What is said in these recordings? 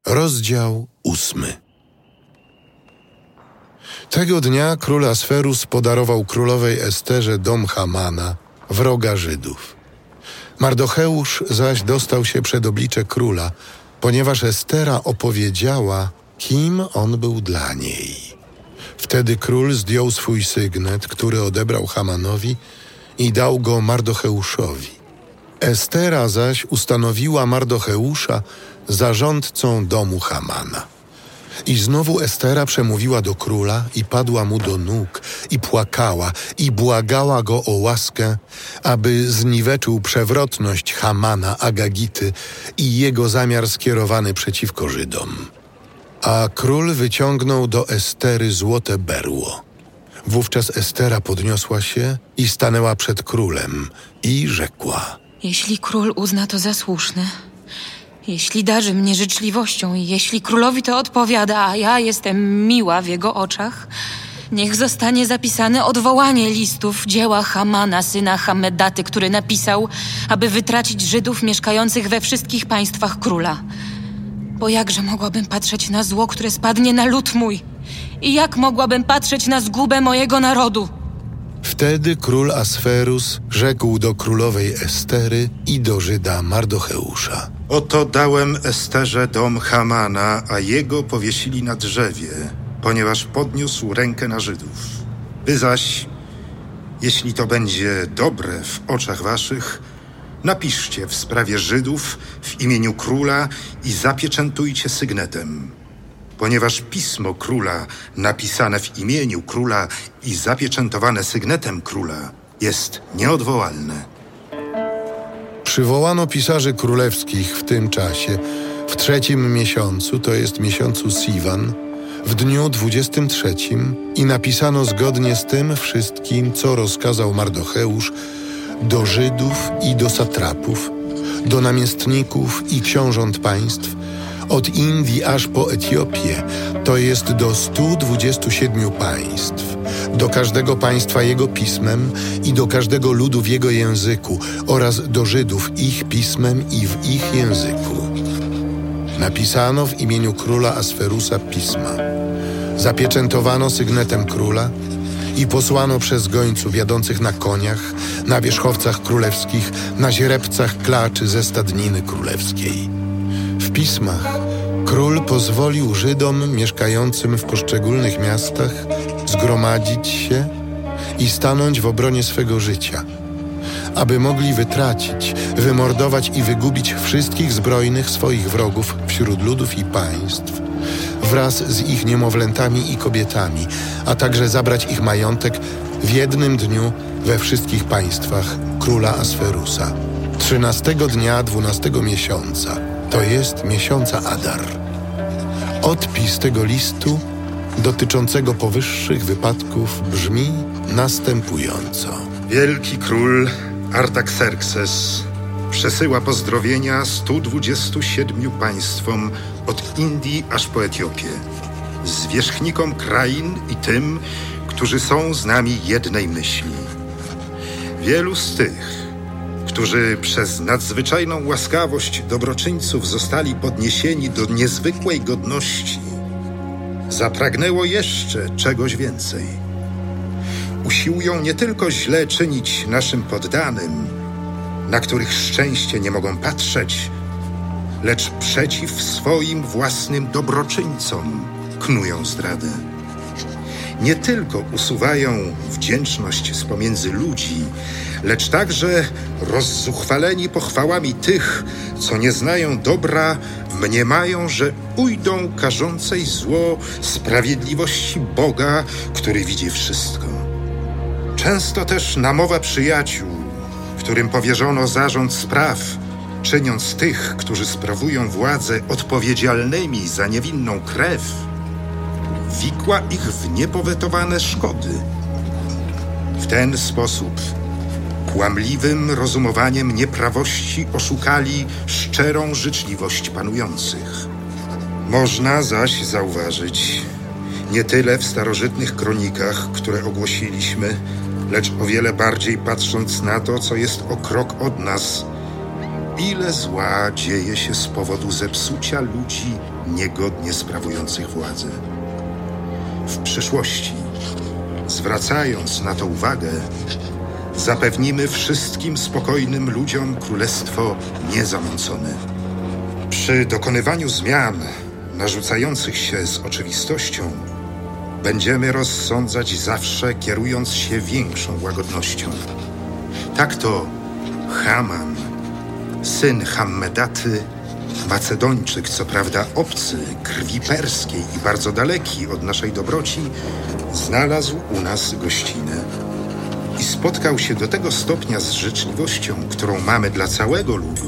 Rozdział 8. Tego dnia król Asferus podarował królowej Esterze dom Hamana, wroga Żydów. Mardocheusz zaś dostał się przed oblicze króla, ponieważ Estera opowiedziała, kim on był dla niej. Wtedy król zdjął swój sygnet, który odebrał Hamanowi i dał go Mardocheuszowi. Estera zaś ustanowiła Mardocheusza zarządcą domu Hamana. I znowu Estera przemówiła do króla i padła mu do nóg i płakała i błagała go o łaskę, aby zniweczył przewrotność Hamana Agagity i jego zamiar skierowany przeciwko Żydom. A król wyciągnął do Estery złote berło. Wówczas Estera podniosła się i stanęła przed królem i rzekła: Jeśli król uzna to za słuszne, jeśli darzy mnie życzliwością i jeśli królowi to odpowiada, a ja jestem miła w jego oczach, niech zostanie zapisane odwołanie listów dzieła Hamana, syna Hammedaty, który napisał, aby wytracić Żydów mieszkających we wszystkich państwach króla. Bo jakże mogłabym patrzeć na zło, które spadnie na lud mój? I jak mogłabym patrzeć na zgubę mojego narodu? Wtedy król Asferus rzekł do królowej Estery i do Żyda Mardocheusza: Oto dałem Esterze dom Hamana, a jego powiesili na drzewie, ponieważ podniósł rękę na Żydów. Wy zaś, jeśli to będzie dobre w oczach waszych, napiszcie w sprawie Żydów w imieniu króla i zapieczętujcie sygnetem. Ponieważ pismo króla napisane w imieniu króla i zapieczętowane sygnetem króla jest nieodwołalne. Przywołano pisarzy królewskich w tym czasie, w 3. miesiącu, to jest miesiącu Siwan, w dniu 23 i napisano zgodnie z tym wszystkim, co rozkazał Mardocheusz, do Żydów i do satrapów, do namiestników i książąt państw, od Indii aż po Etiopię, to jest do 127 państw, do każdego państwa jego pismem i do każdego ludu w jego języku oraz do Żydów ich pismem i w ich języku. Napisano w imieniu króla Asferusa pisma. Zapieczętowano sygnetem króla i posłano przez gońców jadących na koniach, na wierzchowcach królewskich, na źrebcach klaczy ze stadniny królewskiej. W pismach król pozwolił Żydom mieszkającym w poszczególnych miastach zgromadzić się i stanąć w obronie swego życia, aby mogli wytracić, wymordować i wygubić wszystkich zbrojnych swoich wrogów wśród ludów i państw, wraz z ich niemowlętami i kobietami, a także zabrać ich majątek w jednym dniu we wszystkich państwach króla Asferusa, 13 dnia 12 miesiąca, to jest miesiąca Adar. Odpis tego listu dotyczącego powyższych wypadków brzmi następująco. Wielki król Artaxerxes przesyła pozdrowienia 127 państwom od Indii aż po Etiopię, zwierzchnikom krain i tym, którzy są z nami jednej myśli. Wielu z tych, którzy przez nadzwyczajną łaskawość dobroczyńców zostali podniesieni do niezwykłej godności, zapragnęło jeszcze czegoś więcej. Usiłują nie tylko źle czynić naszym poddanym, na których szczęście nie mogą patrzeć, lecz przeciw swoim własnym dobroczyńcom knują zdradę. Nie tylko usuwają wdzięczność z pomiędzy ludzi, lecz także rozzuchwaleni pochwałami tych, co nie znają dobra, mniemają, że ujdą karzącej zło sprawiedliwości Boga, który widzi wszystko. Często też namowa przyjaciół, którym powierzono zarząd spraw, czyniąc tych, którzy sprawują władzę odpowiedzialnymi za niewinną krew, wikła ich w niepowetowane szkody. W ten sposób kłamliwym rozumowaniem nieprawości oszukali szczerą życzliwość panujących. Można zaś zauważyć, nie tyle w starożytnych kronikach, które ogłosiliśmy, lecz o wiele bardziej patrząc na to, co jest o krok od nas, ile zła dzieje się z powodu zepsucia ludzi niegodnie sprawujących władzę. W przyszłości, zwracając na to uwagę, zapewnimy wszystkim spokojnym ludziom królestwo niezamącone. Przy dokonywaniu zmian narzucających się z oczywistością będziemy rozsądzać zawsze, kierując się większą łagodnością. Tak to Haman, syn Hammedaty, Macedończyk, co prawda obcy, krwi perskiej i bardzo daleki od naszej dobroci, znalazł u nas gościnę i spotkał się do tego stopnia z życzliwością, którą mamy dla całego ludu,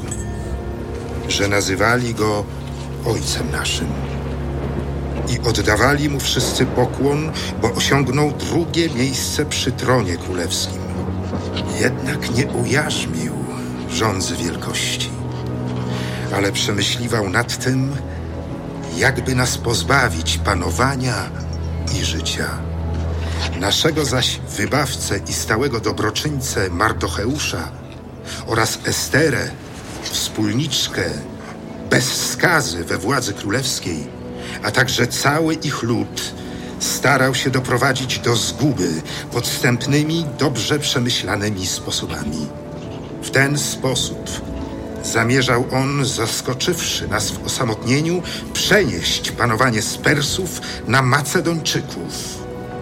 że nazywali go Ojcem naszym. I oddawali mu wszyscy pokłon, bo osiągnął drugie miejsce przy tronie królewskim. Jednak nie ujarzmił żądzy wielkości, ale przemyśliwał nad tym, jakby nas pozbawić panowania i życia. Naszego zaś wybawcę i stałego dobroczyńcę Mardocheusza oraz Esterę, wspólniczkę bez skazy we władzy królewskiej, a także cały ich lud starał się doprowadzić do zguby podstępnymi, dobrze przemyślanymi sposobami. W ten sposób zamierzał on, zaskoczywszy nas w osamotnieniu, przenieść panowanie z Persów na Macedończyków.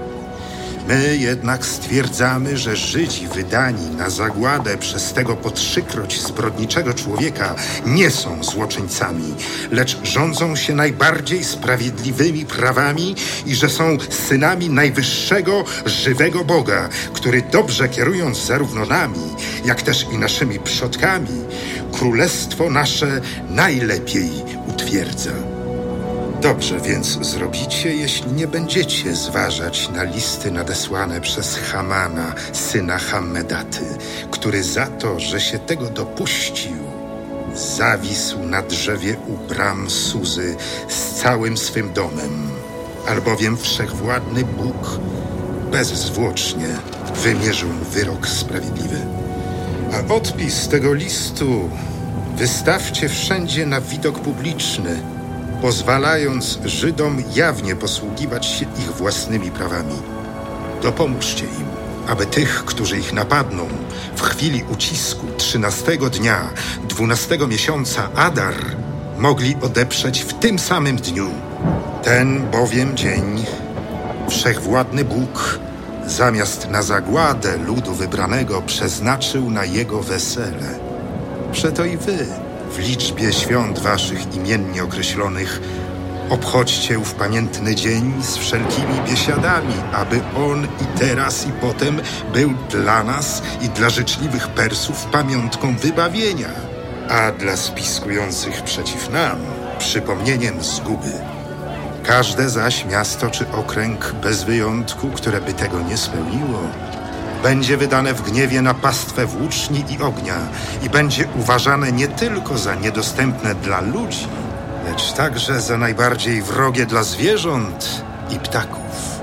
My jednak stwierdzamy, że Żydzi wydani na zagładę przez tego po 3-kroć zbrodniczego człowieka nie są złoczyńcami, lecz rządzą się najbardziej sprawiedliwymi prawami i że są synami najwyższego, żywego Boga, który dobrze kierując zarówno nami, jak też i naszymi przodkami, królestwo nasze najlepiej utwierdza. Dobrze więc zrobicie, jeśli nie będziecie zważać na listy nadesłane przez Hamana, syna Hammedaty, który za to, że się tego dopuścił, zawisł na drzewie u bram Suzy z całym swym domem, albowiem wszechwładny Bóg bezzwłocznie wymierzył mu wyrok sprawiedliwy. A odpis tego listu wystawcie wszędzie na widok publiczny, pozwalając Żydom jawnie posługiwać się ich własnymi prawami. Dopomóżcie im, aby tych, którzy ich napadną, w chwili ucisku 13 dnia 12 miesiąca Adar mogli odeprzeć w tym samym dniu. Ten bowiem dzień wszechwładny Bóg zamiast na zagładę ludu wybranego przeznaczył na jego wesele. Przeto i wy w liczbie świąt waszych imiennie określonych obchodźcie ów pamiętny dzień z wszelkimi biesiadami, aby on i teraz, i potem był dla nas i dla życzliwych Persów pamiątką wybawienia, a dla spiskujących przeciw nam przypomnieniem zguby. Każde zaś miasto czy okręg bez wyjątku, które by tego nie spełniło, będzie wydane w gniewie na pastwę włóczni i ognia i będzie uważane nie tylko za niedostępne dla ludzi, lecz także za najbardziej wrogie dla zwierząt i ptaków.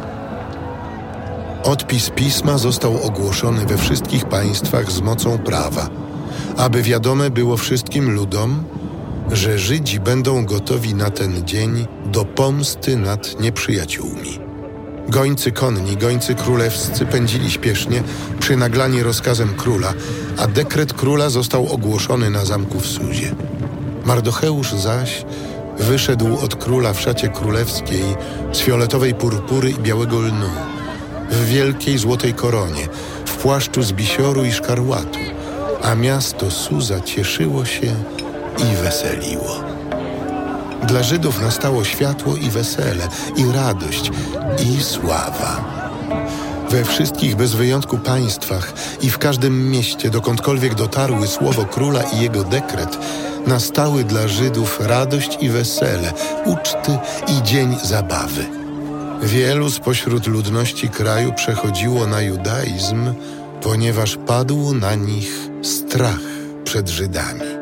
Odpis pisma został ogłoszony we wszystkich państwach z mocą prawa, aby wiadome było wszystkim ludom, że Żydzi będą gotowi na ten dzień do pomsty nad nieprzyjaciółmi. Gońcy konni, gońcy królewscy pędzili śpiesznie, przynaglani rozkazem króla, a dekret króla został ogłoszony na zamku w Suzie. Mardocheusz zaś wyszedł od króla w szacie królewskiej z fioletowej purpury i białego lnu, w wielkiej złotej koronie, w płaszczu z bisioru i szkarłatu, a miasto Suza cieszyło się i weseliło. Dla Żydów nastało światło i wesele, i radość, i sława. We wszystkich bez wyjątku państwach i w każdym mieście, dokądkolwiek dotarły słowo króla i jego dekret, nastały dla Żydów radość i wesele, uczty i dzień zabawy. Wielu spośród ludności kraju przechodziło na judaizm, ponieważ padł na nich strach przed Żydami.